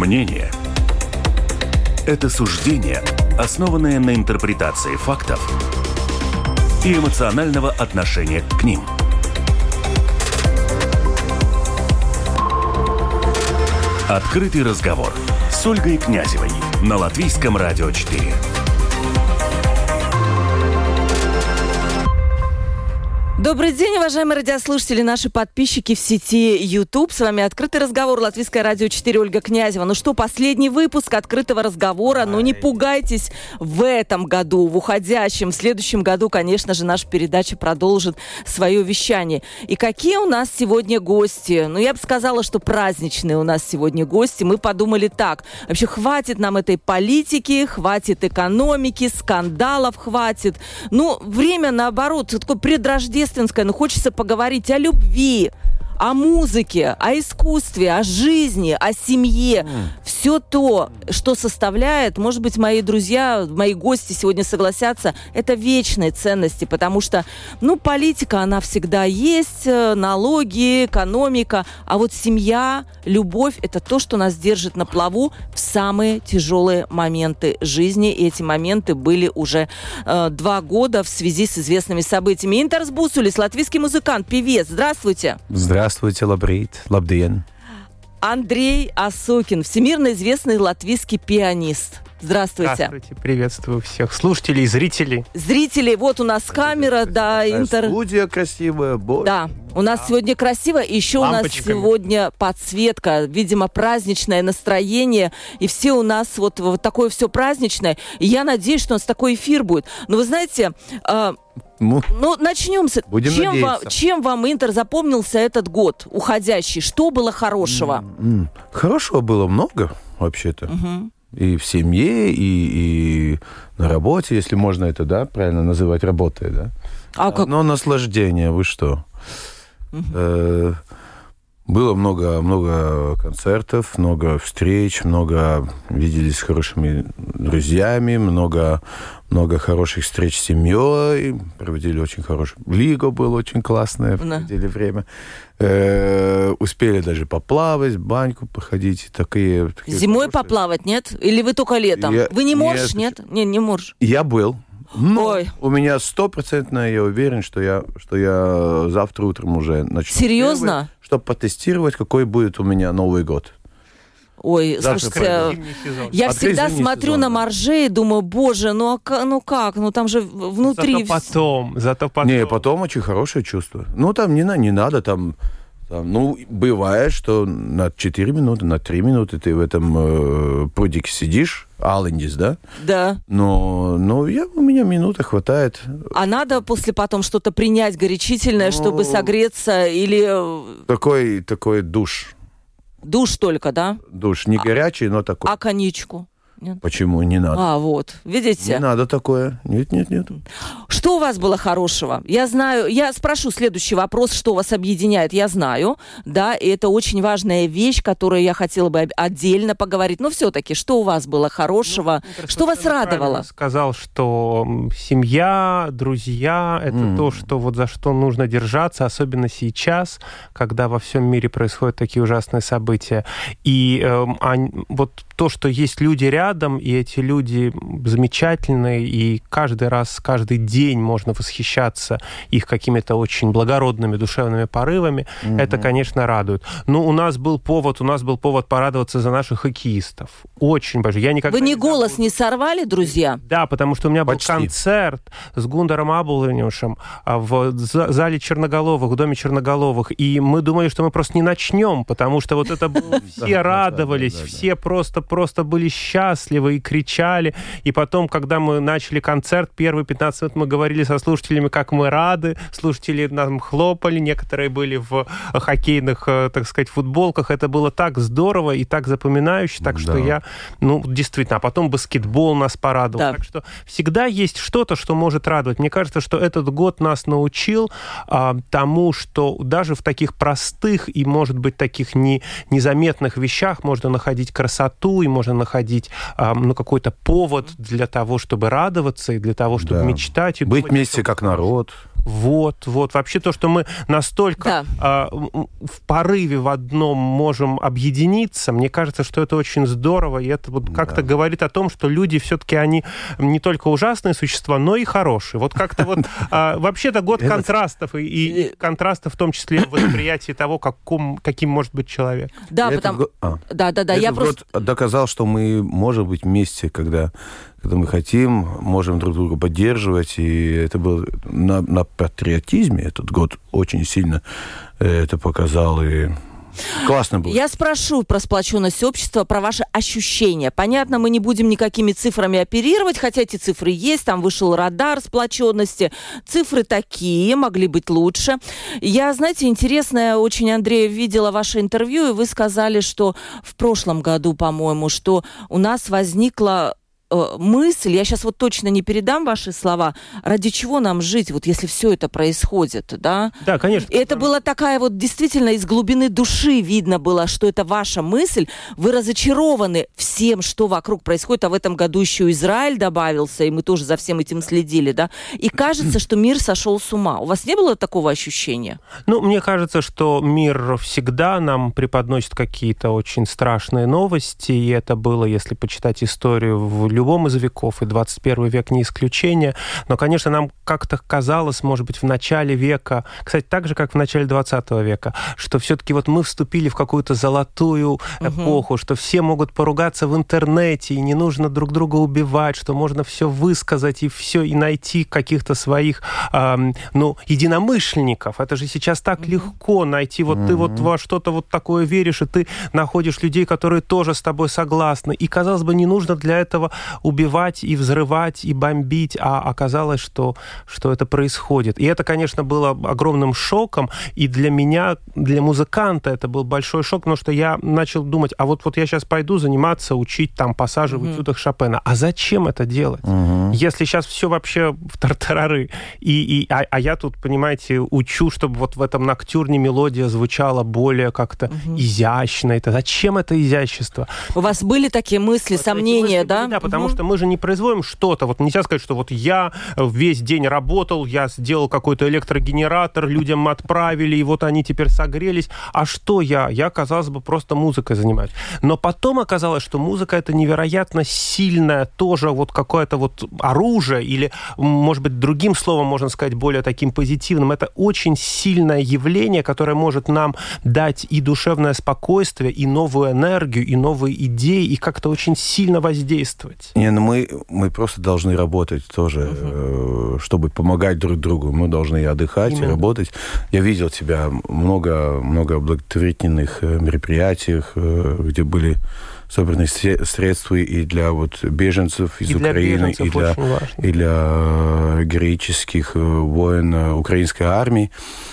Мнение – это суждение, основанное на интерпретации фактов и эмоционального отношения к ним. Открытый разговор с Ольгой Князевой на Латвийском радио 4. Добрый день, уважаемые радиослушатели, наши подписчики в сети YouTube. С вами «Открытый разговор», Латвийское радио 4, Ольга Князева. Ну что, последний выпуск «Открытого разговора». Но не пугайтесь, в этом году, в уходящем, в следующем году, конечно же, наша передача продолжит свое вещание. И какие у нас сегодня гости? Ну, я бы сказала, что праздничные у нас сегодня гости. Мы подумали так. Вообще, хватит нам этой политики, хватит экономики, скандалов хватит. Ну, время, наоборот, такое предрождественное. Но хочется поговорить о любви, о музыке, о искусстве, о жизни, о семье. Все то, что составляет, может быть, мои друзья, мои гости сегодня согласятся, это вечные ценности, потому что, политика, она всегда есть, налоги, экономика, а вот семья, любовь, это то, что нас держит на плаву в самые тяжелые моменты жизни. И эти моменты были уже 2 года в связи с известными событиями. Интерс Бусулис, латвийский музыкант, певец. Здравствуйте. Здравствуйте, лабрит, лабдиен. Андрей Осокин, всемирно известный латвийский пианист. Здравствуйте. Здравствуйте, приветствую всех слушателей и зрителей. Зрители, вот у нас камера, да, Студия красивая, боже. Да, у нас сегодня красиво, и еще у нас сегодня подсветка, видимо, праздничное настроение, и все у нас вот такое все праздничное, и я надеюсь, что у нас такой эфир будет. Но вы знаете... начнем с... Чем вам, Интер, запомнился этот год уходящий? Что было хорошего? Хорошего было много, вообще-то. И в семье, и на работе, если можно это, да, правильно называть работой, да? Но наслаждение, вы что? Было много концертов, много встреч, много виделись с хорошими друзьями, много хороших встреч с семьей, проводили очень хорошую... Лига была очень классная, проводили время. Успели даже поплавать, баньку походить. Такие зимой хорошие. Поплавать, нет? Или вы только летом? Вы не морж, нет? Не морж. Я был. Но у меня 100% я уверен, что я завтра утром уже начну. Серьезно? Чтобы потестировать, какой будет у меня Новый год. Ой, слушайте, я всегда смотрю на моржей и думаю, боже, как? Там же внутри... Зато потом. Не, потом очень хорошее чувство. Там не надо, там, бывает, что на 4 минуты, на 3 минуты ты в этом прудике сидишь, Алендис, да? Да. Но у меня минута хватает. А надо после потом что-то принять горячительное, чтобы согреться, или... Такой душ. Душ только, да? Душ не горячий, но такой. А коньячку? Нет? Почему? Не надо. Вот. Видите? Не надо такое. Нет. Что у вас было хорошего? Я знаю, я спрошу следующий вопрос, что вас объединяет. Я знаю, да, и это очень важная вещь, которую я хотела бы отдельно поговорить. Но все-таки, что у вас было хорошего? Что вас радовало? Я сказал, что семья, друзья, это то, что за что нужно держаться, особенно сейчас, когда во всем мире происходят такие ужасные события. И то, что есть люди рядом, и эти люди замечательные, и каждый раз, каждый день можно восхищаться их какими-то очень благородными душевными порывами, это, конечно, радует. У нас был повод порадоваться за наших хоккеистов. Очень большой. Вы голос не сорвали, друзья? Да, потому что у меня был концерт с Гундаром Абулинюшем в зале Черноголовых, в доме Черноголовых, и мы думали, что мы просто не начнем, потому что это было... Все радовались, все просто были счастливы и кричали. И потом, когда мы начали концерт, первые 15 минут мы говорили со слушателями, как мы рады. Слушатели нам хлопали, некоторые были в хоккейных, так сказать, футболках. Это было так здорово и так запоминающе, так что я, действительно. А потом баскетбол нас порадовал. Да. Так что всегда есть что-то, что может радовать. Мне кажется, что этот год нас научил тому, что даже в таких простых и, может быть, таких незаметных вещах можно находить красоту и можно находить какой-то повод для того, чтобы радоваться и для того, чтобы мечтать. И быть вместе как народ. Вот. Вообще то, что мы настолько в порыве в одном можем объединиться, мне кажется, что это очень здорово, и это вот как-то говорит о том, что люди все-таки, они не только ужасные существа, но и хорошие. Вот как-то вот вообще-то год контрастов, и контрастов в том числе в восприятии того, каким может быть человек. Да, потому... Этот год доказал, что мы можем быть вместе, когда мы хотим, можем друг друга поддерживать. И это было на патриотизме этот год очень сильно это показал. И классно было. Я спрошу про сплоченность общества, про ваши ощущения. Понятно, мы не будем никакими цифрами оперировать, хотя эти цифры есть, там вышел радар сплоченности. Цифры такие, могли быть лучше. Я, знаете, интересное очень, Андрей, видела ваше интервью, и вы сказали, что в прошлом году, по-моему, что у нас возникла мысль, я сейчас вот точно не передам ваши слова, ради чего нам жить, вот если все это происходит, да? Да, конечно. И это была такая вот действительно из глубины души видно было, что это ваша мысль, вы разочарованы всем, что вокруг происходит, а в этом году еще Израиль добавился, и мы тоже за всем этим следили, да? И кажется, что мир сошел с ума. У вас не было такого ощущения? Ну, мне кажется, что мир всегда нам преподносит какие-то очень страшные новости, и это было, если почитать историю в любом из веков, и 21 век не исключение. Но, конечно, нам как-то казалось, может быть, в начале века, кстати, так же, как в начале 20 века, что все-таки вот мы вступили в какую-то золотую эпоху, что все могут поругаться в интернете, и не нужно друг друга убивать, что можно все высказать и все, и найти каких-то своих, единомышленников. Это же сейчас так легко найти. Вот ты вот во что-то вот такое веришь, и ты находишь людей, которые тоже с тобой согласны. И, казалось бы, не нужно для этого убивать и взрывать и бомбить, а оказалось, что это происходит. И это, конечно, было огромным шоком, и для меня, для музыканта это был большой шок, потому что я начал думать, а вот я сейчас пойду заниматься, учить там пассажи в этюдах Шопена. А зачем это делать? Если сейчас все вообще в тартарары, а я тут, понимаете, учу, чтобы вот в этом ноктюрне мелодия звучала более как-то изящно. Это зачем это изящество? У вас были такие мысли, сомнения, да? Да, потому что мы же не производим что-то. Вот нельзя сказать, что вот я весь день работал, я сделал какой-то электрогенератор, людям отправили, и вот они теперь согрелись. А что я? Я, казалось бы, просто музыкой занимаюсь. Но потом оказалось, что музыка — это невероятно сильное тоже вот какое-то вот оружие, или, может быть, другим словом можно сказать, более таким позитивным. Это очень сильное явление, которое может нам дать и душевное спокойствие, и новую энергию, и новые идеи, и как-то очень сильно воздействовать. Не, ну мы просто должны работать тоже, чтобы помогать друг другу. Мы должны и отдыхать, и работать. Я видел тебя много благотворительных мероприятиях, где были собраны средства и для вот беженцев из Украины, и для героических воин украинской армии.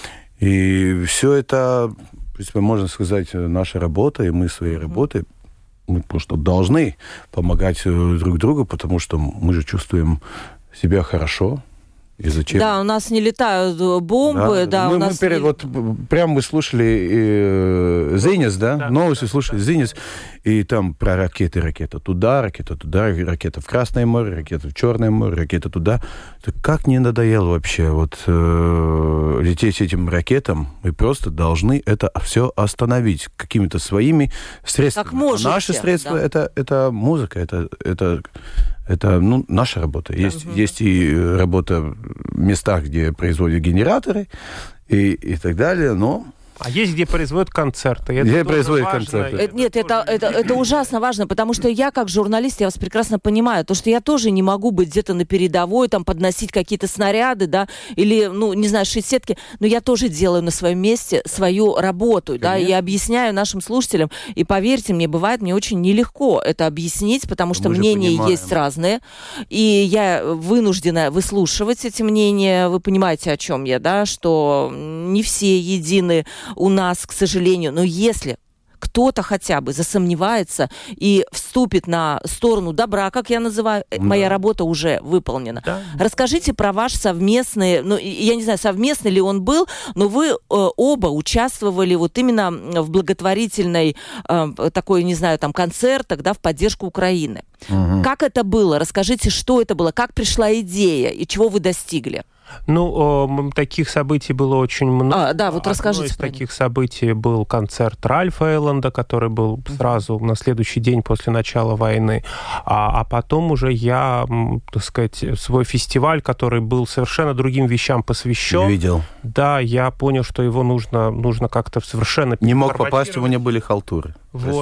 И все это, в принципе, можно сказать, наша работа, и мы своей работой мы просто должны помогать друг другу, потому что мы же чувствуем себя хорошо. И зачем? Да, у нас не летают бомбы. Да, прямо мы слушали «Зенис», да? Новости слушали «Зенис», и там про ракета туда, ракета в Красное море, ракета в Черное море, ракета туда. Это как не надоело вообще вот лететь этим ракетам. Мы просто должны это все остановить какими-то своими средствами. Как можете, наши средства, да. это музыка, это наша работа. Есть и работа в местах, где производят генераторы и так далее, но... А есть, где производят концерты. Где производят концерты. Нет, это ужасно важно, потому что я, как журналист, я вас прекрасно понимаю, то, что я тоже не могу быть где-то на передовой, там, подносить какие-то снаряды, да, или, не знаю, шить сетки, но я тоже делаю на своем месте свою работу, да, и объясняю нашим слушателям, и поверьте мне, бывает мне очень нелегко это объяснить, потому что мнения есть разные, и я вынуждена выслушивать эти мнения, вы понимаете, о чем я, да, что не все едины у нас, к сожалению, но если кто-то хотя бы засомневается и вступит на сторону добра, как я называю, моя работа уже выполнена. Да. Расскажите про ваш совместный, я не знаю, совместный ли он был, но вы оба участвовали вот именно в благотворительной такой, не знаю, там, концертах, да, в поддержку Украины. Как это было? Расскажите, что это было, как пришла идея и чего вы достигли? Таких событий было очень много. Да, вот расскажите. Одно из таких событий был концерт Ральфа Элланда, который был сразу на следующий день после начала войны. А потом уже я, так сказать, свой фестиваль, который был совершенно другим вещам посвящен. Видел. Да, я понял, что его нужно как-то совершенно... Не мог попасть, у меня были халтуры.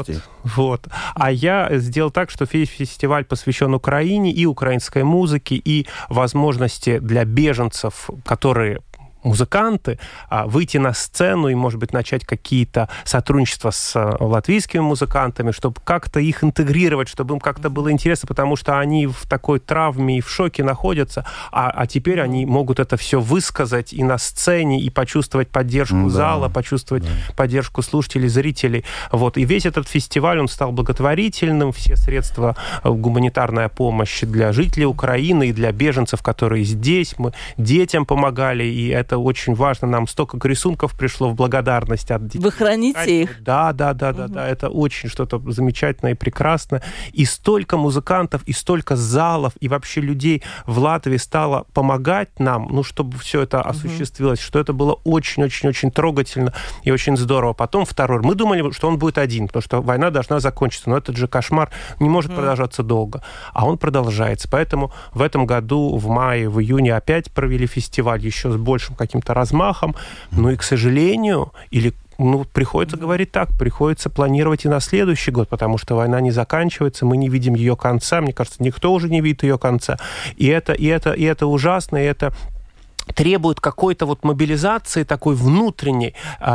Вот. А я сделал так, что фестиваль посвящен Украине и украинской музыке, и возможности для беженцев, которые музыканты, выйти на сцену и, может быть, начать какие-то сотрудничества с латвийскими музыкантами, чтобы как-то их интегрировать, чтобы им как-то было интересно, потому что они в такой травме и в шоке находятся, а теперь они могут это все высказать и на сцене, и почувствовать поддержку зала, почувствовать поддержку слушателей, зрителей. Вот. И весь этот фестиваль, он стал благотворительным, все средства, гуманитарная помощь для жителей Украины и для беженцев, которые здесь, мы детям помогали, и это очень важно. Нам столько рисунков пришло в благодарность от детей. Вы храните их? Да. Это очень что-то замечательное и прекрасное. И столько музыкантов, и столько залов, и вообще людей в Латвии стало помогать нам, чтобы все это осуществилось, что это было очень-очень-очень трогательно и очень здорово. Потом второй. Мы думали, что он будет один, потому что война должна закончиться. Но этот же кошмар не может продолжаться долго. А он продолжается. Поэтому в этом году, в мае, в июне опять провели фестиваль еще с большим каким-то размахом, и, к сожалению, приходится говорить так, приходится планировать и на следующий год, потому что война не заканчивается, мы не видим ее конца, мне кажется, никто уже не видит ее конца, и это ужасно, и это требует какой-то мобилизации такой внутренней,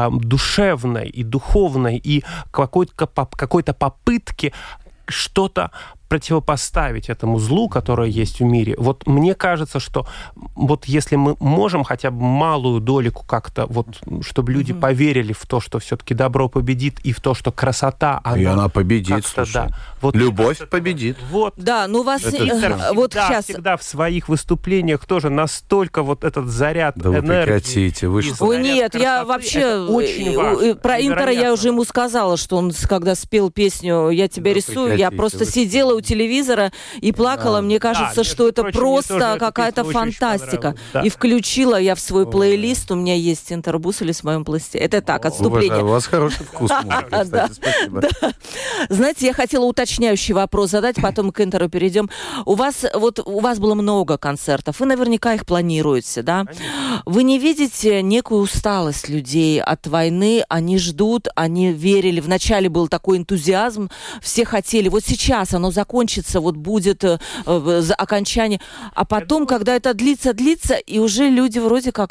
душевной и духовной, и какой-то попытки что-то противопоставить этому злу, которое есть в мире. Вот мне кажется, что если мы можем хотя бы малую долику как-то, чтобы люди поверили в то, что все-таки добро победит, и в то, что красота, она победит, слушай. Любовь победит. Да, вас... Всегда в своих выступлениях тоже настолько этот заряд энергии. Вы прекратите. Ой, нет, я вообще... Про Интера я уже ему сказала, что он, когда спел песню «Я тебя рисую», я просто сидела у телевизора и плакала. Мне кажется, что это просто какая-то фантастика. И включила я в свой плейлист. У меня есть Интербуссель в моем плейлисте. Это так, отступление. У вас хороший вкус. Спасибо. Знаете, я хотела уточняющий вопрос задать, потом к Интеру перейдем. У вас было много концертов. Вы наверняка их планируете, да? Вы не видите некую усталость людей от войны? Они ждут, они верили. Вначале был такой энтузиазм. Все хотели. Вот сейчас оно закончится, будет окончание. А потом, когда это длится, и уже люди вроде как...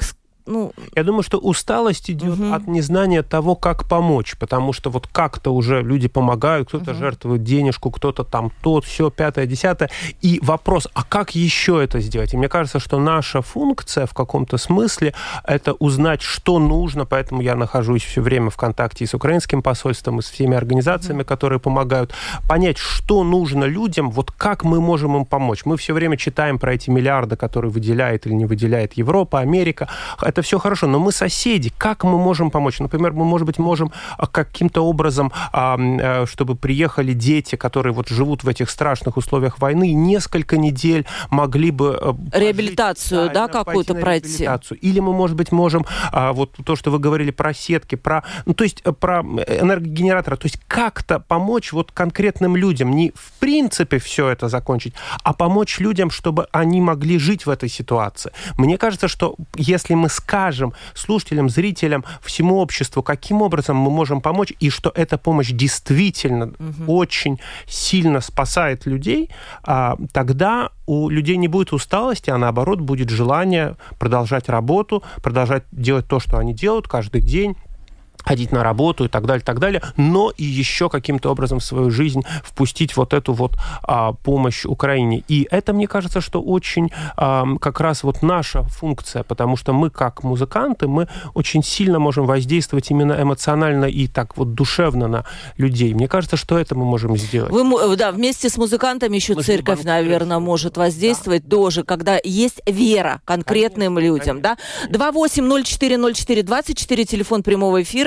Я думаю, что усталость идет от незнания того, как помочь, потому что как-то уже люди помогают, кто-то жертвует денежку, кто-то там все, 5-е, 10-е. И вопрос, а как еще это сделать? И мне кажется, что наша функция в каком-то смысле это узнать, что нужно, поэтому я нахожусь все время в контакте и с украинским посольством, и с всеми организациями, которые помогают, понять, что нужно людям, как мы можем им помочь. Мы все время читаем про эти миллиарды, которые выделяет или не выделяет Европа, Америка. Это все хорошо, но мы соседи. Как мы можем помочь? Например, мы, может быть, можем каким-то образом, чтобы приехали дети, которые живут в этих страшных условиях войны, несколько недель могли бы... Реабилитацию, какую-то пройти. Или мы, может быть, можем, то, что вы говорили про сетки, про энергогенераторы, то есть как-то помочь конкретным людям, не в принципе все это закончить, а помочь людям, чтобы они могли жить в этой ситуации. Мне кажется, что если мы скажем слушателям, зрителям, всему обществу, каким образом мы можем помочь, и что эта помощь действительно очень сильно спасает людей, тогда у людей не будет усталости, а наоборот будет желание продолжать работу, продолжать делать то, что они делают каждый день, ходить на работу и так далее, но и еще каким-то образом в свою жизнь впустить эту помощь Украине. И это, мне кажется, что очень как раз наша функция, потому что мы, как музыканты, мы очень сильно можем воздействовать именно эмоционально и так душевно на людей. Мне кажется, что это мы можем сделать. Вместе с музыкантами еще церковь, наверное, может воздействовать тоже, когда есть вера конкретным людям. 28040424, телефон прямого эфира.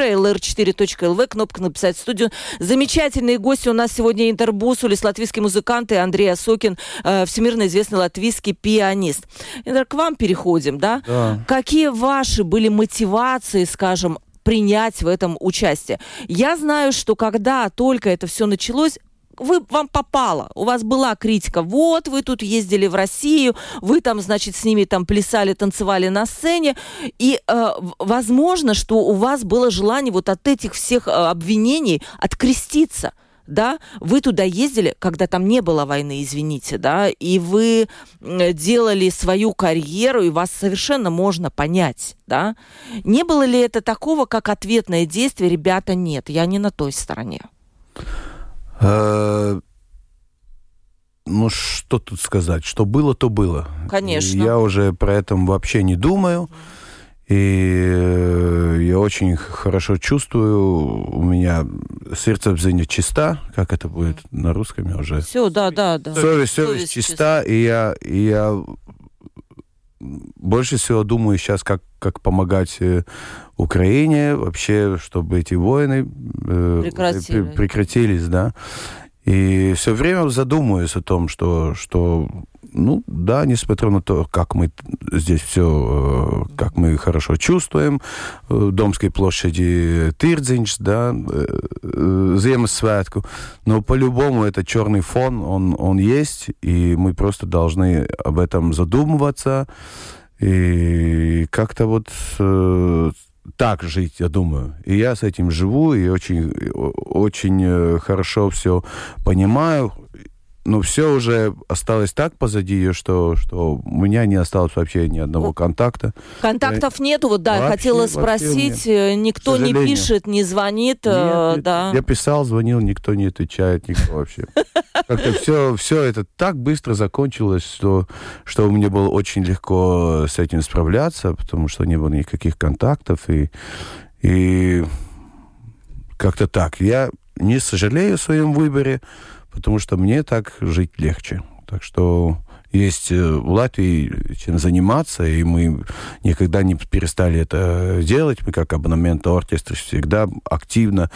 lr4.lv, кнопка «Написать в студию». Замечательные гости у нас сегодня: Интер Бусулис, латвийский музыкант, и Андрей Осокин, всемирно известный латвийский пианист. Интер, к вам переходим, да? Да. Какие ваши были мотивации, скажем, принять в этом участие? Я знаю, что когда только это все началось, вам попало, у вас была критика. Вот, вы тут ездили в Россию, вы там, значит, с ними там плясали, танцевали на сцене, и возможно, что у вас было желание вот от этих всех обвинений откреститься, да? Вы туда ездили, когда там не было войны, извините, да, и вы делали свою карьеру, и вас совершенно можно понять, да? Не было ли это такого, как ответное действие? Ребята, нет, я не на той стороне. Ну, что тут сказать? Что было, то было. Конечно. Я уже про это вообще не думаю. И я очень хорошо чувствую, у меня сердцебиение чиста, как это будет на русском, я уже... Все, да. Совесть чиста, и я больше всего думаю сейчас, как помогать Украине вообще, чтобы эти войны прекратились, да. И все время задумываюсь о том, что ну, да, несмотря на то, как мы здесь все, как мы хорошо чувствуем, Домской площади Тирдзинч, да, Ziemassvētku, но по-любому этот черный фон, он есть, и мы просто должны об этом задумываться, и как-то вот так жить, я думаю. И я с этим живу, и очень хорошо все понимаю. Но все уже осталось так позади, что у меня не осталось вообще ни одного контакта. Контактов нету, вот да, вообще, хотела спросить, никто не пишет, не звонит, нет, да. Я писал, звонил, никто не отвечает, никто вообще. Как-то все это так быстро закончилось, что мне было очень легко с этим справляться, потому что не было никаких контактов, и как-то так. Я не сожалею о своем выборе, потому что мне так жить легче. Так что есть в Латвии чем заниматься, и мы никогда не перестали это делать. Мы как абонемент оркестр всегда активно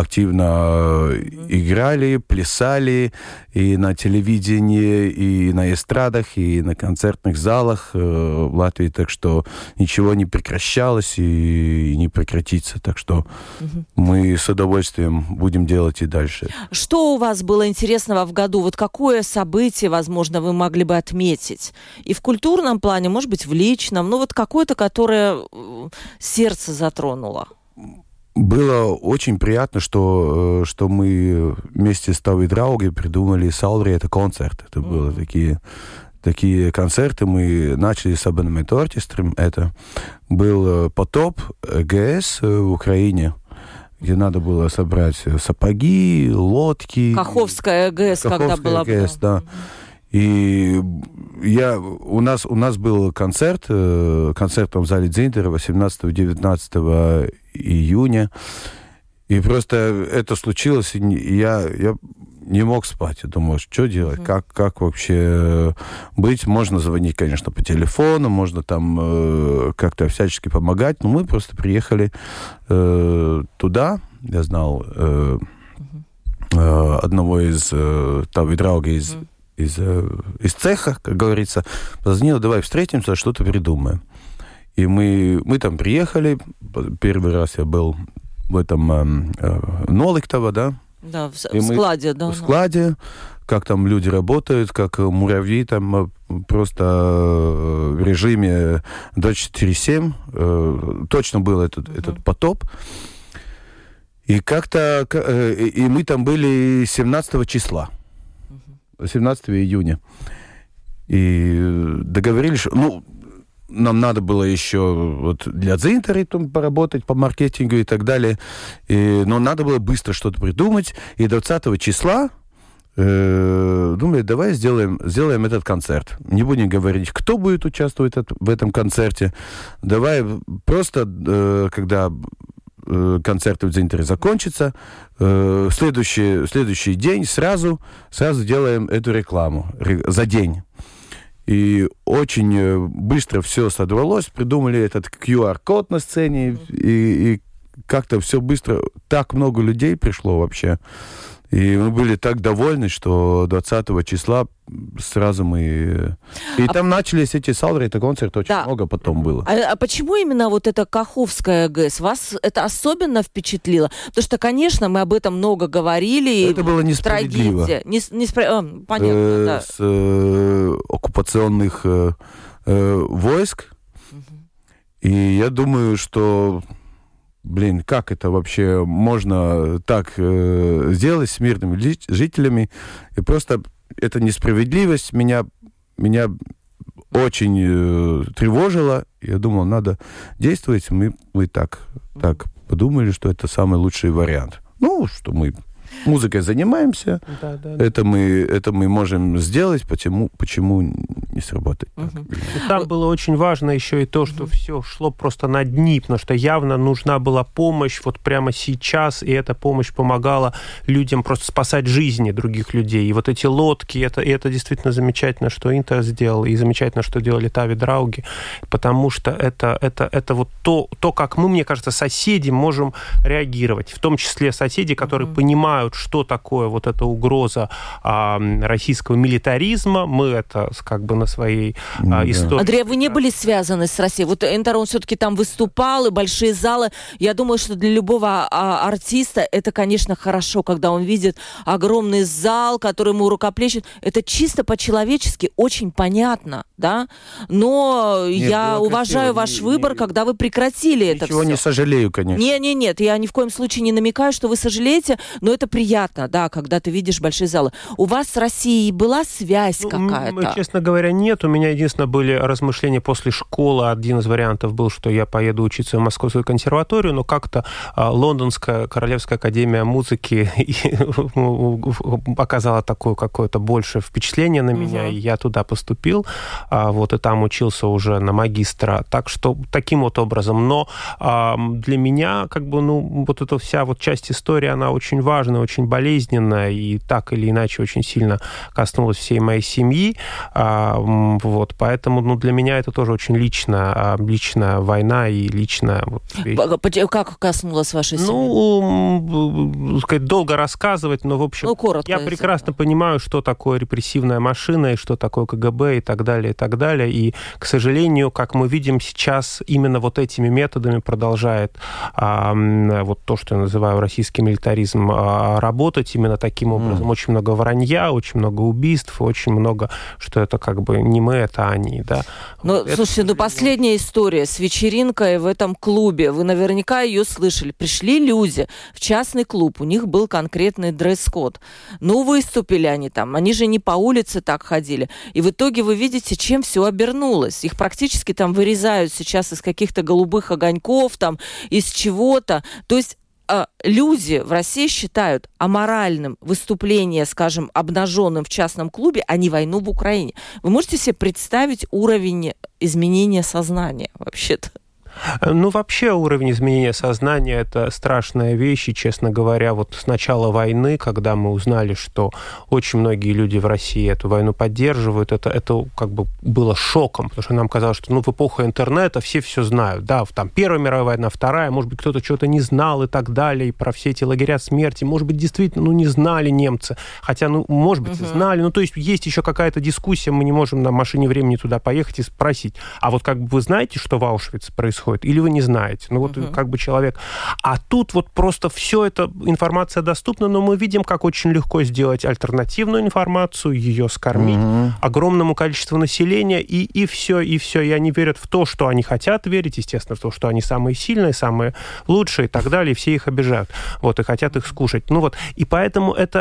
играли, плясали и на телевидении, и на эстрадах, и на концертных залах в Латвии. Так что ничего не прекращалось и не прекратится. Так что мы с удовольствием будем делать и дальше. Что у вас было интересного в году? Вот какое событие, возможно, вы могли бы отметить? И в культурном плане, может быть, в личном, ну вот какое-то, которое сердце затронуло. Было очень приятно, что мы вместе с Tavi draugi придумали Saulrieta концерт. Это было такие концерты. Мы начали с абонемент оркестром. Это был потоп ГС в Украине, где надо было собрать сапоги, лодки. Каховская ГС, когда была. ГС, да. И у нас был концерт в зале Дзинтера 18-19 июня. И просто это случилось, и я не мог спать. Я думал, что делать, как вообще быть. Можно звонить, конечно, по телефону, можно там как-то всячески помогать. Но мы просто приехали туда. Я знал одного из Tavi draugi из цеха, как говорится, позвонил, давай встретимся, что-то придумаем. И мы там приехали. Первый раз я был в этом Ноликтово, да? Да, в складе, да. В складе, как там люди работают, как муравьи там просто в режиме 24/7. Точно был этот потоп. И как-то... И мы там были 17 числа. 17 июня. И договорились, что... нам надо было еще вот для Дзинтера там поработать по маркетингу и так далее. Но надо было быстро что-то придумать. И 20 числа думали, давай сделаем этот концерт. Не будем говорить, кто будет участвовать в этом концерте. Давай просто, когда концерты в Дзинтере закончатся, следующий день сразу делаем эту рекламу за день. И очень быстро все содралось, придумали этот QR-код на сцене, и как-то все быстро, так много людей пришло вообще. И мы были так довольны, что 20 числа сразу мы... И там начались эти Салрейта концерты, очень много потом было. А почему именно вот эта Каховская ГЭС? Вас это особенно впечатлило? Потому что, конечно, мы об этом много говорили. Это было несправедливо. Понятно, да. С оккупационных войск. И я думаю, что... как это вообще можно так сделать с мирными жителями? И просто эта несправедливость меня очень тревожила. Я думал, надо действовать. Мы так подумали, что это самый лучший вариант. Что мы музыкой занимаемся, это мы можем сделать, почему не сработать. Там было очень важно еще и то, что все шло просто на дни, потому что явно нужна была помощь вот прямо сейчас, и эта помощь помогала людям просто спасать жизни других людей. И вот эти лодки, это действительно замечательно, что Интер сделал, и замечательно, что делали Тави Драуги, потому что это вот то, как мы, мне кажется, соседи можем реагировать, в том числе соседи, которые понимают, что такое вот эта угроза российского милитаризма. Мы это как бы на своей истории. Андрей, вы не были связаны с Россией? Вот Интер, он все-таки там выступал, и большие залы. Я думаю, что для любого артиста это, конечно, хорошо, когда он видит огромный зал, который ему рукоплещет. Это чисто по-человечески очень понятно, да? Но я уважаю ваш выбор, когда вы прекратили это все. Ничего не сожалею, конечно. Нет, я ни в коем случае не намекаю, что вы сожалеете, но это приятно, да, когда ты видишь большие залы. У вас с Россией была связь какая-то? Честно говоря, нет. У меня единственное были размышления после школы. Один из вариантов был, что я поеду учиться в Московскую консерваторию, но как-то Лондонская Королевская академия музыки оказала такое какое-то большее впечатление на меня, и я туда поступил, и там учился уже на магистра. Так что таким вот образом. Но для меня вот эта вся вот часть истории, она очень важная, очень болезненная, и так или иначе очень сильно коснулась всей моей семьи. Поэтому для меня это тоже очень личная война и личная вещь. Как коснулась вашей семьи? Долго рассказывать, но, в общем, коротко, я прекрасно понимаю, что такое репрессивная машина, и что такое КГБ, и так далее, и так далее. И, к сожалению, как мы видим сейчас, именно вот этими методами продолжает вот то, что я называю российский милитаризм, работать именно таким образом. Очень много вранья, очень много убийств, очень много, что это не мы, это они, да. Слушайте, последняя история с вечеринкой в этом клубе, вы наверняка ее слышали. Пришли люди в частный клуб, у них был конкретный дресс-код. Выступили они там, они же не по улице так ходили. И в итоге вы видите, чем все обернулось. Их практически там вырезают сейчас из каких-то голубых огоньков, там, из чего-то. То есть люди в России считают аморальным выступление, скажем, обнаженным в частном клубе, а не войну в Украине. Вы можете себе представить уровень изменения сознания вообще-то? Вообще уровень изменения сознания – это страшная вещь, и, честно говоря, с начала войны, когда мы узнали, что очень многие люди в России эту войну поддерживают, это было шоком, потому что нам казалось, что в эпоху интернета все знают, да, там Первая мировая война, Вторая, может быть, кто-то что-то не знал и так далее, и про все эти лагеря смерти, может быть, действительно, не знали немцы, хотя, может быть, и знали, то есть есть еще какая-то дискуссия, мы не можем на машине времени туда поехать и спросить, а вы знаете, что в Аушвице происходит? Или вы не знаете? Человек. А тут просто все эта информация доступна, но мы видим, как очень легко сделать альтернативную информацию, ее скормить огромному количеству населения, и все. И они верят в то, что они хотят верить, естественно, в то, что они самые сильные, самые лучшие и так далее, и все их обижают. И хотят их скушать. И поэтому это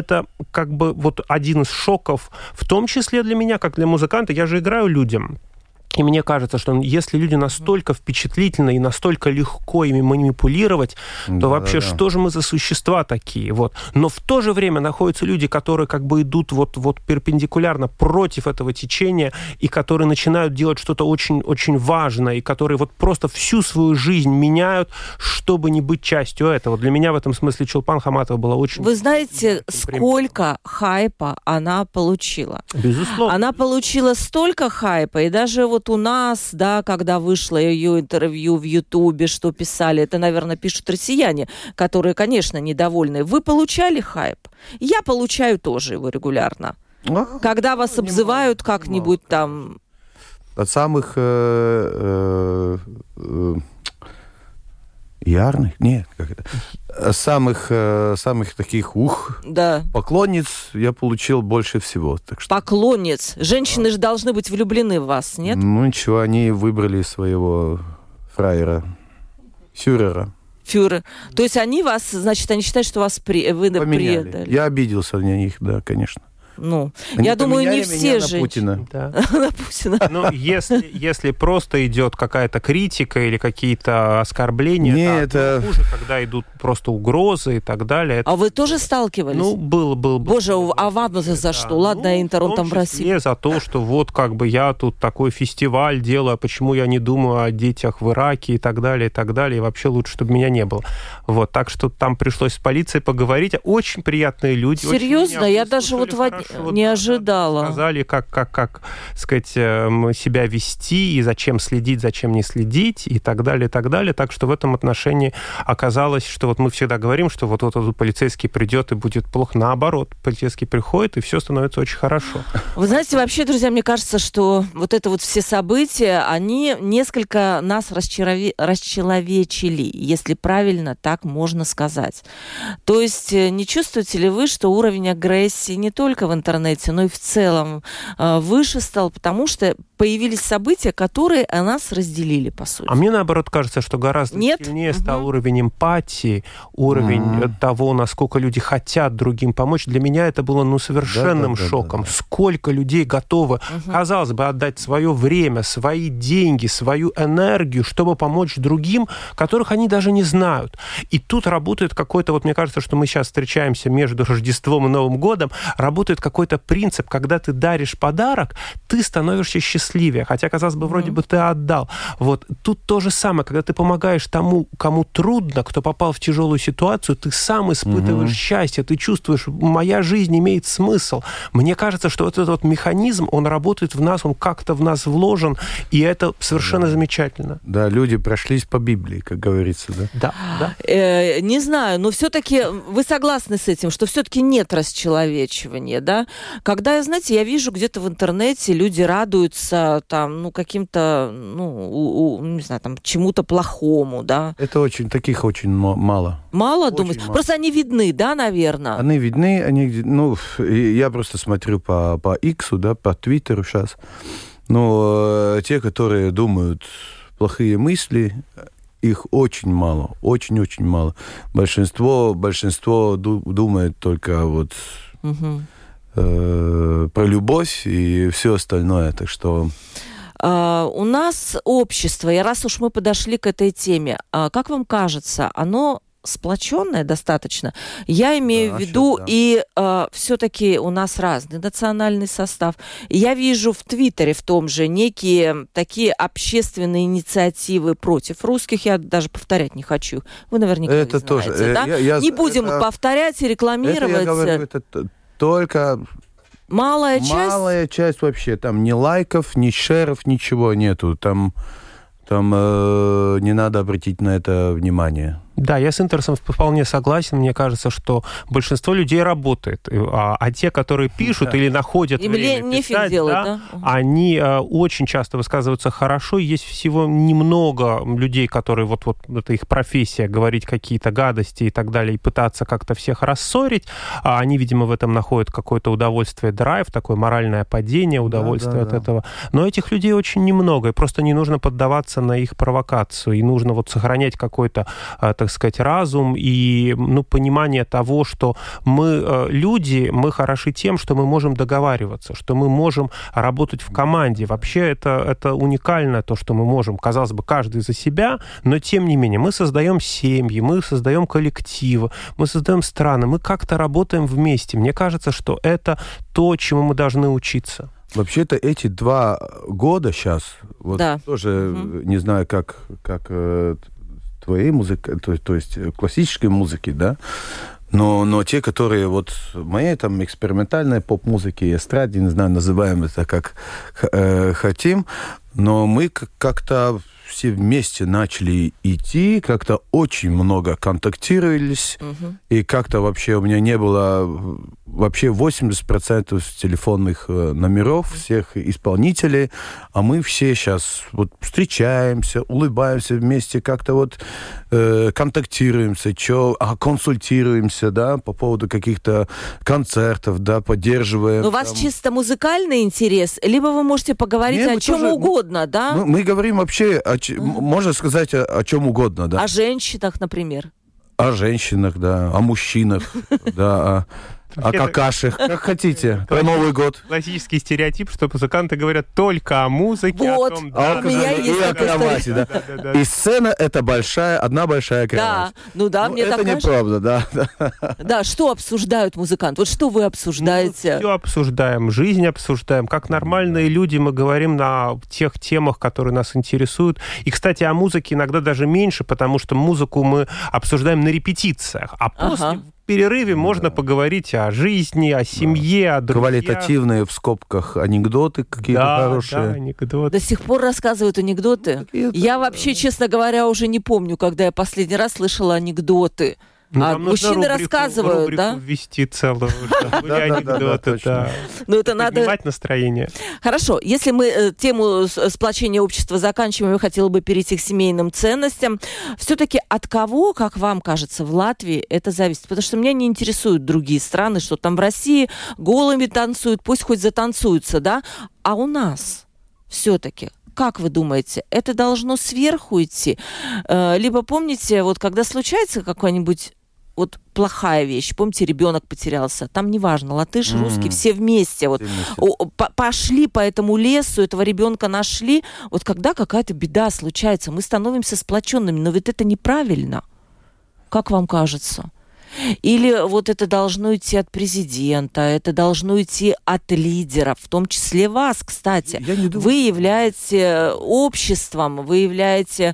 один из шоков, в том числе для меня, как для музыканта. Я же играю людям. И мне кажется, что если люди настолько впечатлительны и настолько легко ими манипулировать, то вообще что же мы за существа такие? Но в то же время находятся люди, которые идут перпендикулярно против этого течения, и которые начинают делать что-то очень-очень важное, и которые просто всю свою жизнь меняют, чтобы не быть частью этого. Для меня в этом смысле Чулпан Хаматова была очень... Вы знаете, сколько хайпа она получила? Безусловно. Она получила столько хайпа, и даже вот у нас, да, когда вышло ее интервью в Ютубе, что писали, это, наверное, пишут россияне, которые, конечно, недовольны. Вы получали хайп? Я получаю тоже его регулярно. Когда вас обзывают как-нибудь там... От самых ярных? Нет, как это? Самых таких поклонниц я получил больше всего. Так что... Поклонниц? Женщины же должны быть влюблены в вас, нет? Ну ничего, они выбрали своего фраера, фюрера. Фюрер. То есть они вас, значит, они считают, что вас вы предали. Я обиделся на них, да, конечно. Ну, я думаю, не все же. На Путина. Да. На Путина. Ну, если просто идет какая-то критика или какие-то оскорбления, это хуже, когда идут просто угрозы и так далее. А вы тоже сталкивались? Ну, было. Боже, а вам за что? Ладно, Интер, он там в России. За то, что вот как бы я тут такой фестиваль делаю, почему я не думаю о детях в Ираке и так далее, и вообще лучше, чтобы меня не было. Вот, так что там пришлось с полицией поговорить. Очень приятные люди. Серьезно? Я даже вот не ожидала. Сказали, как сказать, себя вести и зачем следить, зачем не следить и так далее, и так далее. Так что в этом отношении оказалось, что вот мы всегда говорим, что вот полицейский придет и будет плохо. Наоборот, полицейский приходит, и все становится очень хорошо. Вы знаете, вообще, друзья, мне кажется, что вот это вот все события, они несколько нас расчеловечили, если правильно так можно сказать. То есть не чувствуете ли вы, что уровень агрессии не только в интернете, но и в целом выше стал, потому что появились события, которые нас разделили, по сути. А мне, наоборот, кажется, что гораздо сильнее стал уровень эмпатии, уровень того, насколько люди хотят другим помочь. Для меня это было совершенным шоком. Да. Сколько людей готовы, казалось бы, отдать свое время, свои деньги, свою энергию, чтобы помочь другим, которых они даже не знают. И тут работает какой-то, вот мне кажется, что мы сейчас встречаемся между Рождеством и Новым годом, работает какой-то принцип, когда ты даришь подарок, ты становишься счастливее, хотя, казалось бы, вроде бы ты отдал. Вот тут то же самое, когда ты помогаешь тому, кому трудно, кто попал в тяжелую ситуацию, ты сам испытываешь счастье, ты чувствуешь, моя жизнь имеет смысл. Мне кажется, что вот этот вот механизм, он работает в нас, он как-то в нас вложен, и это совершенно замечательно. Да, люди прошлись по Библии, как говорится, да? Да. Не знаю, но все-таки вы согласны с этим, что все-таки нет расчеловечивания, да? Когда, знаете, я вижу где-то в интернете, люди радуются там, каким-то, не знаю, там, чему-то плохому, да? Это таких очень мало. Мало, думаете? Просто они видны, да, наверное? Они видны, я просто смотрю по Иксу, да, по Твиттеру сейчас. Те, которые думают плохие мысли, их очень мало, очень-очень мало. Большинство думает только вот про любовь и все остальное, так что... У нас общество, и раз уж мы подошли к этой теме, как вам кажется, оно сплоченное достаточно? Я имею в виду, и все-таки у нас разный национальный состав. Я вижу в Твиттере в том же некие такие общественные инициативы против русских. Я даже повторять не хочу. Вы наверняка это не знаете, тоже. Да? Не будем повторять и рекламировать. Это, я говорю, это только... Малая часть вообще. Там ни лайков, ни шеров, ничего нету. Там не надо обратить на это внимание. Да, я с Интерсом вполне согласен. Мне кажется, что большинство людей работает. А те, которые пишут или находят время писать, они очень часто высказываются хорошо. Есть всего немного людей, которые вот это их профессия, говорить какие-то гадости и так далее, и пытаться как-то всех рассорить. Они, видимо, в этом находят какое-то удовольствие, драйв, такое моральное падение, удовольствие от этого. Но этих людей очень немного, и просто не нужно поддаваться на их провокацию. И нужно сохранять какой-то, так сказать, разум и понимание того, что мы люди, мы хороши тем, что мы можем договариваться, что мы можем работать в команде. Вообще это уникально, то, что мы можем, казалось бы, каждый за себя, но тем не менее мы создаем семьи, мы создаем коллективы, мы создаем страны, мы как-то работаем вместе. Мне кажется, что это то, чему мы должны учиться. Вообще-то эти 2 года сейчас, тоже не знаю, как твоей музыки, то есть классической музыки, да, но те, которые моей там экспериментальной поп-музыки, эстраде, не знаю, называем это как хотим, Но мы как-то все вместе начали идти, как-то очень много контактировались, и как-то вообще у меня не было вообще 80% телефонных номеров всех исполнителей, а мы все сейчас вот встречаемся, улыбаемся вместе, как-то вот контактируемся, консультируемся, да, по поводу каких-то концертов, да, поддерживаем. Но у вас чисто музыкальный интерес, либо вы можете поговорить о чем угодно, да? Мы говорим вообще, можно сказать, о чем угодно, да. О женщинах, например. О женщинах, да, о мужчинах, да, о какашах, как хотите, про Новый год. Классический стереотип, что музыканты говорят только о музыке, вот. о том, у меня есть о кровати, да. И сцена — это одна большая кровать. Да, мне так кажется. Это неправда, да. Да, что обсуждают музыканты? Вот что вы обсуждаете? Все обсуждаем, жизнь обсуждаем. Как нормальные люди мы говорим на тех темах, которые нас интересуют. И, кстати, о музыке иногда даже меньше, потому что музыку мы обсуждаем на репетициях. А после... В перерыве можно поговорить о жизни, о семье, о друзьях. Квалитативные, в скобках, анекдоты какие-то хорошие. Да, анекдоты. До сих пор рассказывают анекдоты. Я вообще, честно говоря, уже не помню, когда я последний раз слышала анекдоты. А мужчины рассказывают, да? Ввести целую, анекдоты, да. Ну, это надо... Поднимать настроение. Хорошо, если мы тему сплочения общества заканчиваем, я хотела бы перейти к семейным ценностям. Все-таки от кого, как вам кажется, в Латвии это зависит? Потому что меня не интересуют другие страны, что там в России голыми танцуют, пусть хоть затанцуются, да? А у нас все-таки... Как вы думаете, это должно сверху идти? Либо помните, вот когда случается какая-нибудь вот плохая вещь, помните, ребенок потерялся, там неважно, латыш, русский, все вместе вот пошли по этому лесу, этого ребенка нашли. Вот когда какая-то беда случается, мы становимся сплоченными, но ведь это неправильно. Как вам кажется? Или вот это должно идти от президента, это должно идти от лидеров, в том числе вас, кстати. Вы являетесь обществом, вы являетесь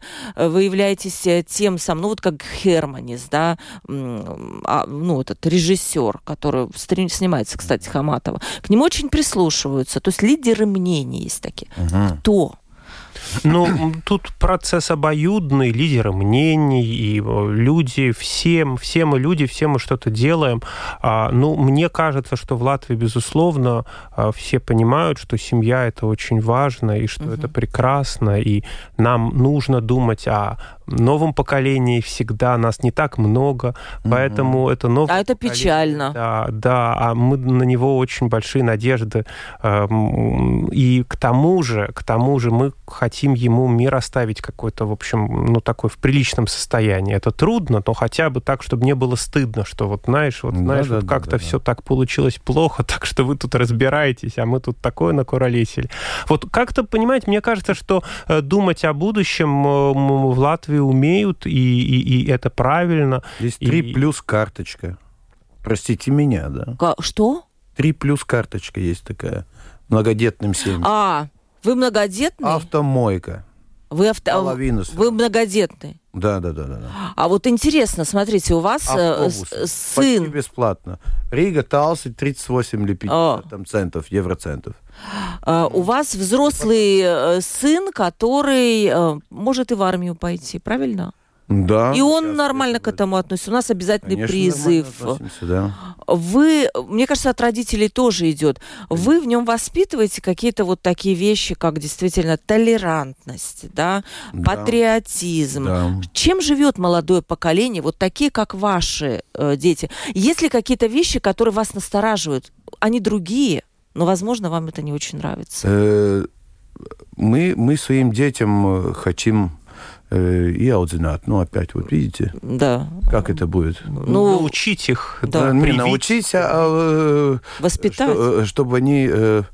тем самым, ну вот как Херманис, да, ну этот режиссер, который снимается, кстати, Хаматова. К нему очень прислушиваются, то есть лидеры мнений есть такие. Кто? Ну, тут процесс обоюдный, лидеры мнений, и люди, все мы люди, все мы что-то делаем. Ну, мне кажется, что в Латвии, безусловно, все понимают, что семья — это очень важно, и что это прекрасно, и нам нужно думать о новом поколении всегда, нас не так много, поэтому это новое это печально. Да, а мы на него очень большие надежды. И к тому же мы хотим ему мир оставить какой-то, в общем, ну, такой в приличном состоянии. Это трудно, но хотя бы так, чтобы не было стыдно, что вот, знаешь, как-то все так получилось плохо, так что вы тут разбираетесь, а мы тут такое накуролесили. Вот как-то, понимаете, мне кажется, что думать о будущем в Латвии умеют, и это правильно. Есть 3+ карточка. Простите меня, да? Что? 3+ карточка есть такая. Многодетным семьям. Вы многодетный? Автомойка. Вы многодетный? Да. А вот интересно, смотрите, у вас сын... Почти бесплатно. Рига, Талси, 38 или 50 центов, евроцентов. У вас взрослый сын, который может и в армию пойти, правильно? Да. И он нормально к этому относится. У нас обязательный призыв. Да. Вы, мне кажется, от родителей тоже идет. Вы в нем воспитываете какие-то вот такие вещи, как действительно толерантность, да, патриотизм. Да. Чем живет молодое поколение, вот такие, как ваши дети? Есть ли какие-то вещи, которые вас настораживают? Они другие, но, возможно, вам это не очень нравится. Мы своим детям хотим и аудзинат. Ну, опять, вот видите? Да. Как это будет? Ну, научить их. Да. Не научить, а воспитать. Чтобы они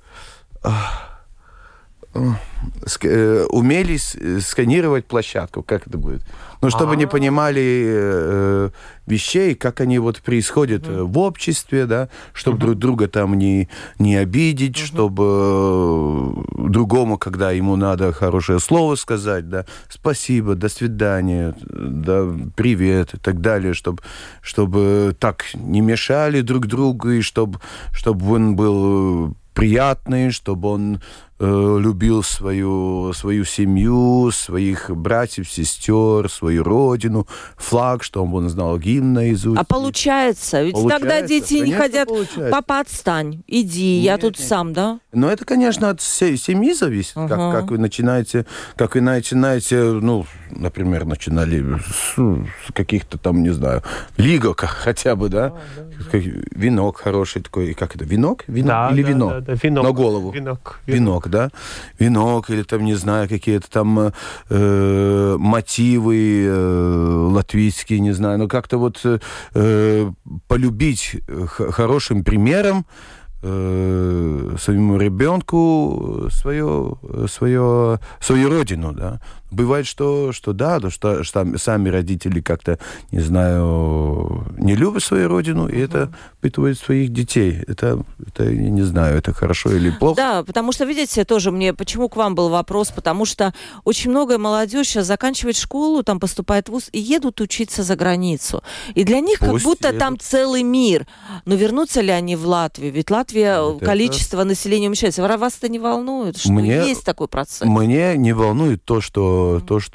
умели сканировать площадку. Как это будет? Ну, чтобы они понимали вещей, как они вот происходят в обществе, да, чтобы друг друга там не обидеть, чтобы другому, когда ему надо хорошее слово сказать, да, спасибо, до свидания, да, привет и так далее, чтобы так не мешали друг другу, и чтобы он был приятный, чтобы он любил свою семью, своих братьев, сестер, свою родину, флаг, что он знал гимн наизусть. А получается? Ведь тогда дети не хотят, папа, отстань, иди, я тут сам, да? Но это, конечно, от семьи зависит, как вы начинаете, ну, например, начинали с каких-то там, не знаю, лигок хотя бы, да? Венок хороший такой, как это, венок? Да, или вино? Да, венок. На голову. Венок, да? Венок, или там, не знаю, какие-то там мотивы латвийские, не знаю, но как-то вот полюбить хорошим примером своему ребенку свою родину, да. Бывает, что сами родители как-то, не знаю, не любят свою родину, и это впитывает своих детей. Это, я не знаю, это хорошо или плохо. Да, потому что, видите, тоже почему к вам был вопрос, потому что очень многое молодежь сейчас заканчивает школу, там поступает в вуз и едут учиться за границу. И для них как будто там целый мир. Но вернутся ли они в Латвию? Ведь Латвия, количество населения уменьшается. Вас это не волнует, что есть такой процесс? Мне не волнует то, что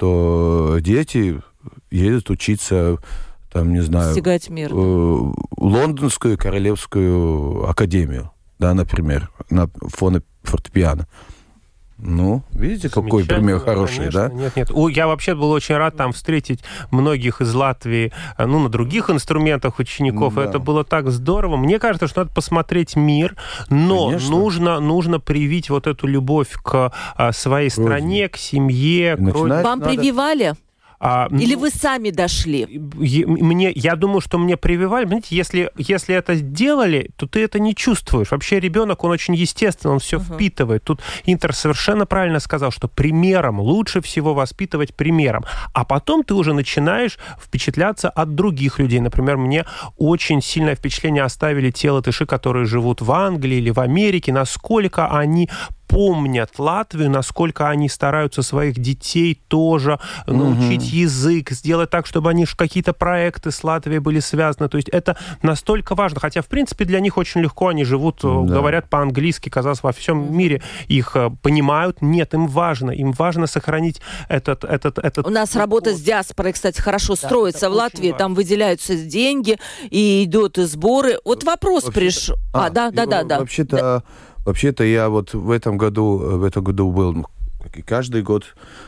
дети едут учиться, там, не знаю, достигать мира. Лондонскую королевскую академию, да, например, на фоне фортепиано. Ну, видите, какой пример хороший, конечно, да? Нет. Я вообще был очень рад там встретить многих из Латвии, на других инструментах учеников. Да. Это было так здорово. Мне кажется, что надо посмотреть мир, но нужно привить вот эту любовь к своей стране, к семье. Вам прививали? Или вы сами дошли? Я думаю, что мне прививали. Понимаете, если это сделали, то ты это не чувствуешь. Вообще ребенок, он очень естественно, он все впитывает. Тут Интер совершенно правильно сказал, что примером, лучше всего воспитывать примером. А потом ты уже начинаешь впечатляться от других людей. Например, мне очень сильное впечатление оставили те латыши, которые живут в Англии или в Америке, насколько они помнят Латвию, насколько они стараются своих детей тоже научить язык, сделать так, чтобы они какие-то проекты с Латвией были связаны. То есть это настолько важно. Хотя, в принципе, для них очень легко. Они живут, говорят по-английски, казалось, во всем мире их понимают. Нет, им важно сохранить этот... У нас работа с диаспорой, кстати, хорошо строится в Латвии. Там выделяются деньги и идут сборы. Вот вопрос пришел. Да. Вообще-то я вот в этом году был, как и каждый год,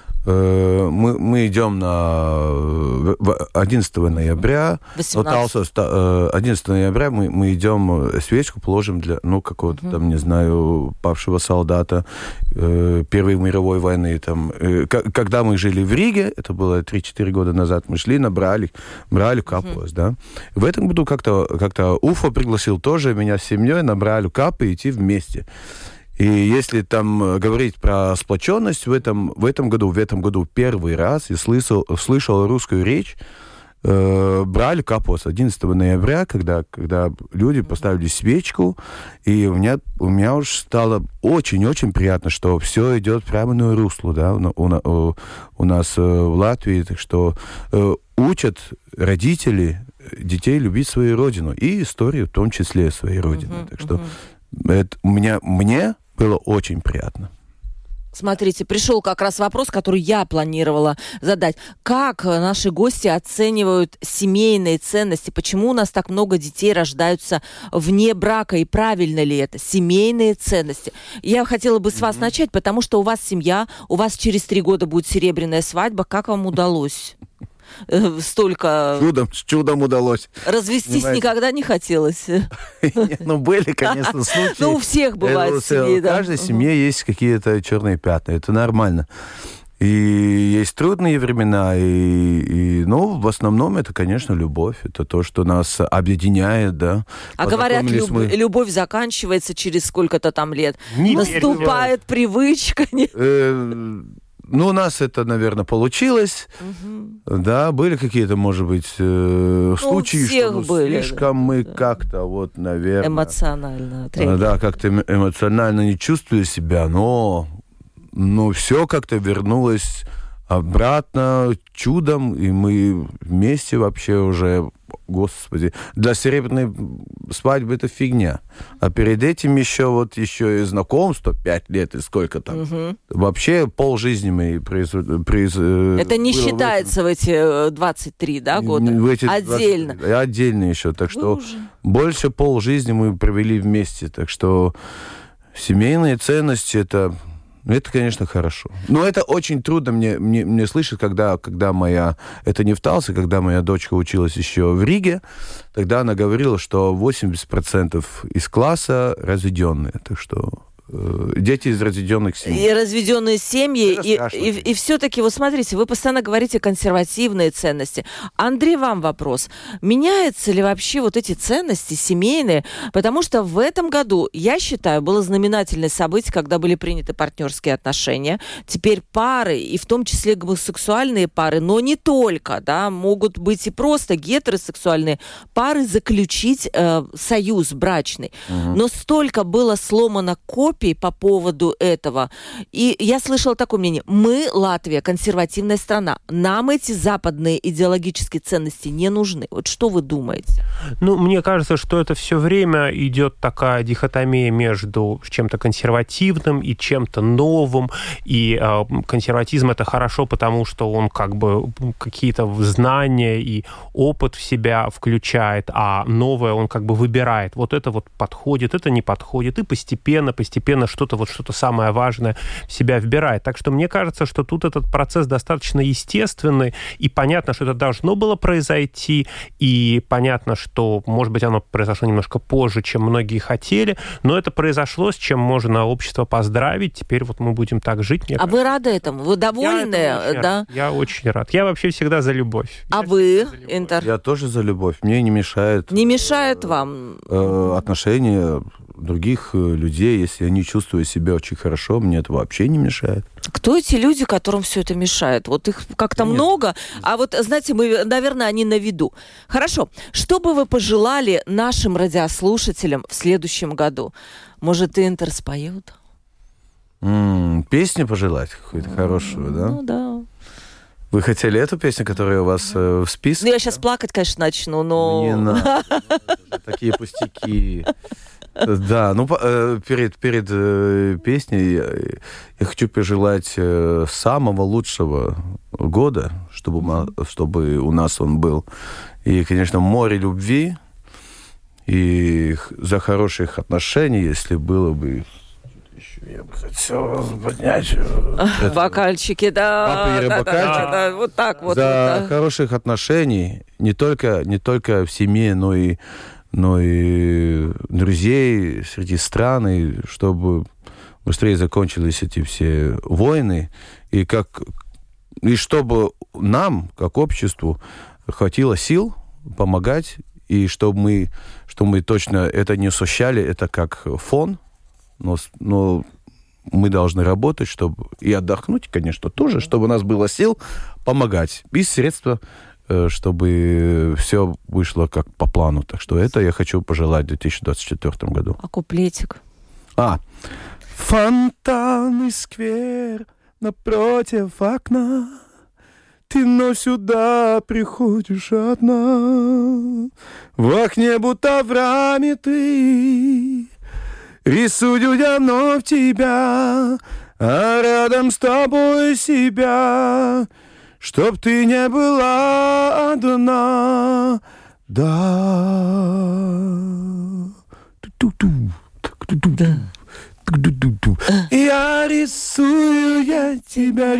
мы идем на 11 ноября. 11 ноября мы идем, свечку положим для, какого-то там, не знаю, павшего солдата Первой мировой войны. Там. Когда мы жили в Риге, это было 3-4 года назад, мы шли, брали капус, да. В этом году как-то Уфа пригласил тоже меня с семьей, набрали капы, идти вместе. И если там говорить про сплоченность, в этом году первый раз я слышал русскую речь, брали капус 11 ноября, когда люди поставили свечку, и у меня уж стало очень-очень приятно, что все идет прямо на русло, да, у нас в Латвии, так что учат родители детей любить свою родину и историю, в том числе своей родины. Так что это мне было очень приятно. Смотрите, пришел как раз вопрос, который я планировала задать. Как наши гости оценивают семейные ценности? Почему у нас так много детей рождаются вне брака? И правильно ли это? Семейные ценности. Я хотела бы с вас начать, потому что у вас семья, у вас через 3 года будет серебряная свадьба. Как вам удалось? Столько... Чудом удалось. Развестись никогда не хотелось. Были, конечно, случаи. У всех бывает в семье, да. В каждой семье есть какие-то черные пятна. Это нормально. И есть трудные времена, но в основном это, конечно, любовь. Это то, что нас объединяет, да. А говорят, любовь заканчивается через сколько-то там лет. Наступает привычка. У нас это, наверное, получилось. Да, были какие-то, может быть, случаи, что слишком мы как-то, наверное... Эмоционально. Да, как-то эмоционально не чувствовали себя, но все как-то вернулось обратно чудом, и мы вместе вообще уже, господи, для серебряной свадьбы это фигня. А перед этим еще и знакомство 5 лет и сколько там. Вообще полжизни мы это не считается в эти 23, да, года? Отдельно. Отдельно еще, так что больше полжизни мы провели вместе, так что семейные ценности это, конечно, хорошо. Но это очень трудно мне слышать, когда моя... Это не в Талсе, когда моя дочка училась еще в Риге, тогда она говорила, что 80% из класса разведенные. Так что дети из разведенных семей. И разведенные семьи. И все-таки, вот смотрите, вы постоянно говорите консервативные ценности. Андрей, вам вопрос. Меняются ли вообще вот эти ценности семейные? Потому что в этом году, я считаю, было знаменательное событие, когда были приняты партнерские отношения. Теперь пары, и в том числе гомосексуальные пары, но не только, да, могут быть и просто гетеросексуальные пары заключить союз брачный. Но столько было сломано копий по поводу этого. И я слышала такое мнение. Мы, Латвия, консервативная страна. Нам эти западные идеологические ценности не нужны. Вот что вы думаете? Мне кажется, что это все время идет такая дихотомия между чем-то консервативным и чем-то новым. И консерватизм это хорошо, потому что он как бы какие-то знания и опыт в себя включает, а новое он как бы выбирает. Вот это вот подходит, это не подходит. И постепенно что-то самое важное в себя вбирает. Так что мне кажется, что тут этот процесс достаточно естественный, и понятно, что это должно было произойти, и понятно, что, может быть, оно произошло немножко позже, чем многие хотели, но это произошло, с чем можно общество поздравить. Теперь вот мы будем так жить. Вы рады этому? Вы довольны? Да? Я очень рад. Я вообще всегда за любовь. А вы, Интер? Я тоже за любовь. Мне не мешает... Не мешает вам? Отношения других людей, если они чувствуют себя очень хорошо, мне это вообще не мешает. Кто эти люди, которым все это мешает? Вот их как-то много, а вот, знаете, наверное, они на виду. Хорошо. Что бы вы пожелали нашим радиослушателям в следующем году? Может, Интер споет? Песню пожелать какую-то хорошую, да? Ну, да. Вы хотели эту песню, которая у вас в списке? Я сейчас плакать, конечно, начну, но... Не надо. Такие пустяки. Да, перед песней я хочу пожелать самого лучшего года, чтобы у нас он был. И, конечно, море любви, и за хороших отношений, если было бы... Я бы хотел поднять... Бокальчики, да. Вот так вот. За хороших отношений, не только в семье, но и друзей среди стран, и чтобы быстрее закончились эти все войны, и чтобы нам, как обществу, хватило сил помогать, и чтобы мы точно это не ощущали, это как фон, но мы должны работать, чтобы и отдохнуть, конечно, тоже, чтобы у нас было сил помогать, и средства, чтобы все вышло как по плану. Так что это я хочу пожелать в 2024 году. А куплетик? Фонтан и сквер напротив окна, ты вновь сюда приходишь одна. В окне будто в раме ты, рисую я вновь тебя, а рядом с тобой себя, чтоб ты не была одна. Я рисую, я тебя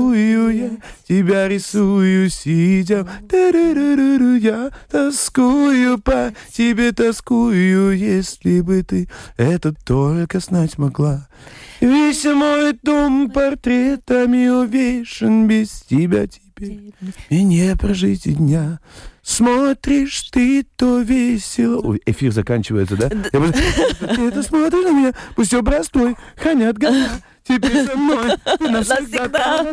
рисую, сидя. Я тоскую по тебе, тоскую, если бы ты это только знать могла. Весь мой дом портретами увешан, без тебя теперь мне не прожить и дня. Смотришь ты, то весело... Ой, эфир заканчивается, да? Ты это смотришь на меня, пусть образ твой хранят года. теперь со мной навсегда.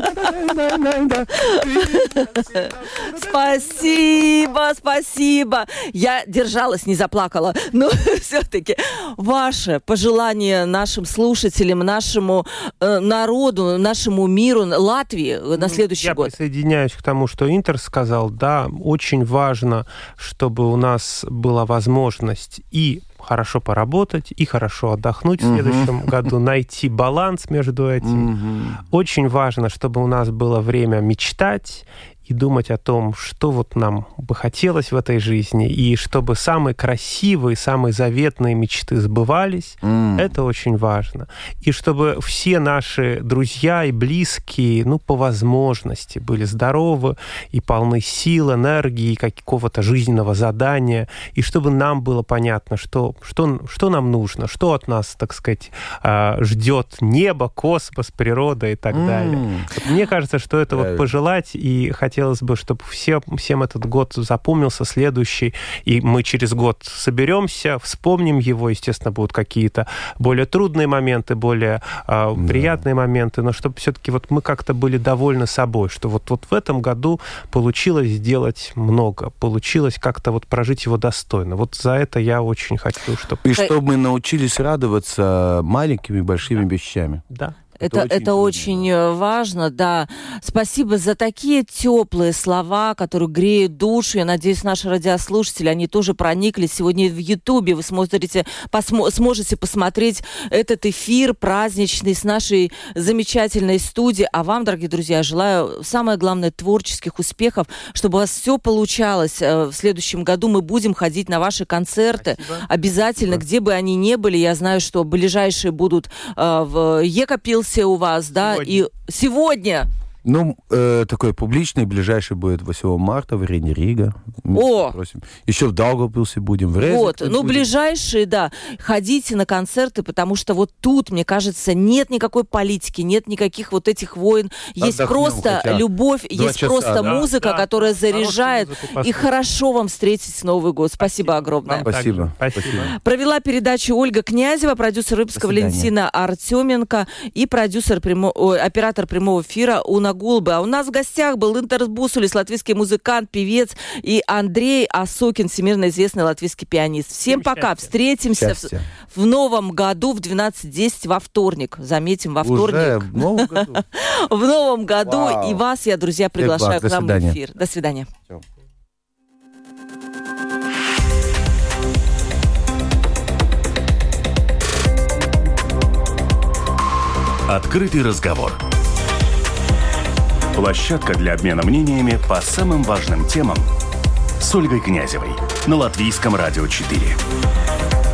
Спасибо. Я держалась, не заплакала. Но все-таки ваше пожелание нашим слушателям, нашему народу, нашему миру, Латвии на следующий год. Я присоединяюсь к тому, что Интер сказал. Да, очень важно, чтобы у нас была возможность и хорошо поработать, и хорошо отдохнуть в следующем году, найти баланс между этим. Очень важно, чтобы у нас было время мечтать и думать о том, что вот нам бы хотелось в этой жизни, и чтобы самые красивые, самые заветные мечты сбывались. Это очень важно. И чтобы все наши друзья и близкие, по возможности, были здоровы и полны сил, энергии, какого-то жизненного задания, и чтобы нам было понятно, что нам нужно, что от нас, так сказать, ждет небо, космос, природа и так далее. Мне кажется, что это вот пожелать, и хотелось бы, чтобы всем этот год запомнился, следующий, и мы через год соберемся, вспомним его, естественно, будут какие-то более трудные моменты, более приятные моменты, но чтобы все-таки вот мы как-то были довольны собой, что вот в этом году получилось сделать много, получилось как-то вот прожить его достойно. Вот за это я очень хочу, чтобы... И чтобы мы научились радоваться маленькими и большими вещами. Да. Это очень важно, да. Спасибо за такие теплые слова, которые греют душу. Я надеюсь, наши радиослушатели, они тоже прониклись. Сегодня в Ютубе вы сможете посмотреть этот эфир праздничный с нашей замечательной студией. А вам, дорогие друзья, желаю, самое главное, творческих успехов, чтобы у вас все получалось. В следующем году мы будем ходить на ваши концерты. Спасибо. Обязательно, где бы они ни были. Я знаю, что ближайшие будут в Екапилсе у вас, да, и сегодня... Такой публичный, ближайший будет 8 марта в Арене Рига. Еще в Даугавпилсе будем, в Резекне будем. Ближайшие, да. Ходите на концерты, потому что вот тут, мне кажется, нет никакой политики, нет никаких вот этих войн. Есть просто любовь, есть просто музыка, которая заряжает. И хорошо вам встретить Новый год. Спасибо огромное. Спасибо. Провела передачу Ольга Князева, продюсер выпуска Валентина Артеменко и оператор прямого эфира Уна Гулбы. А у нас в гостях был Интерс Бусулис, латвийский музыкант, певец, и Андрей Осокин, всемирно известный латвийский пианист. Всем пока. Встретимся в новом году в 12:10 во вторник. Заметим, во вторник. Уже в новом году? В новом году. Вау. И вас я, друзья, приглашаю к нам в эфир. До свидания. Открытый разговор. Площадка для обмена мнениями по самым важным темам с Ольгой Князевой на Латвийском радио 4.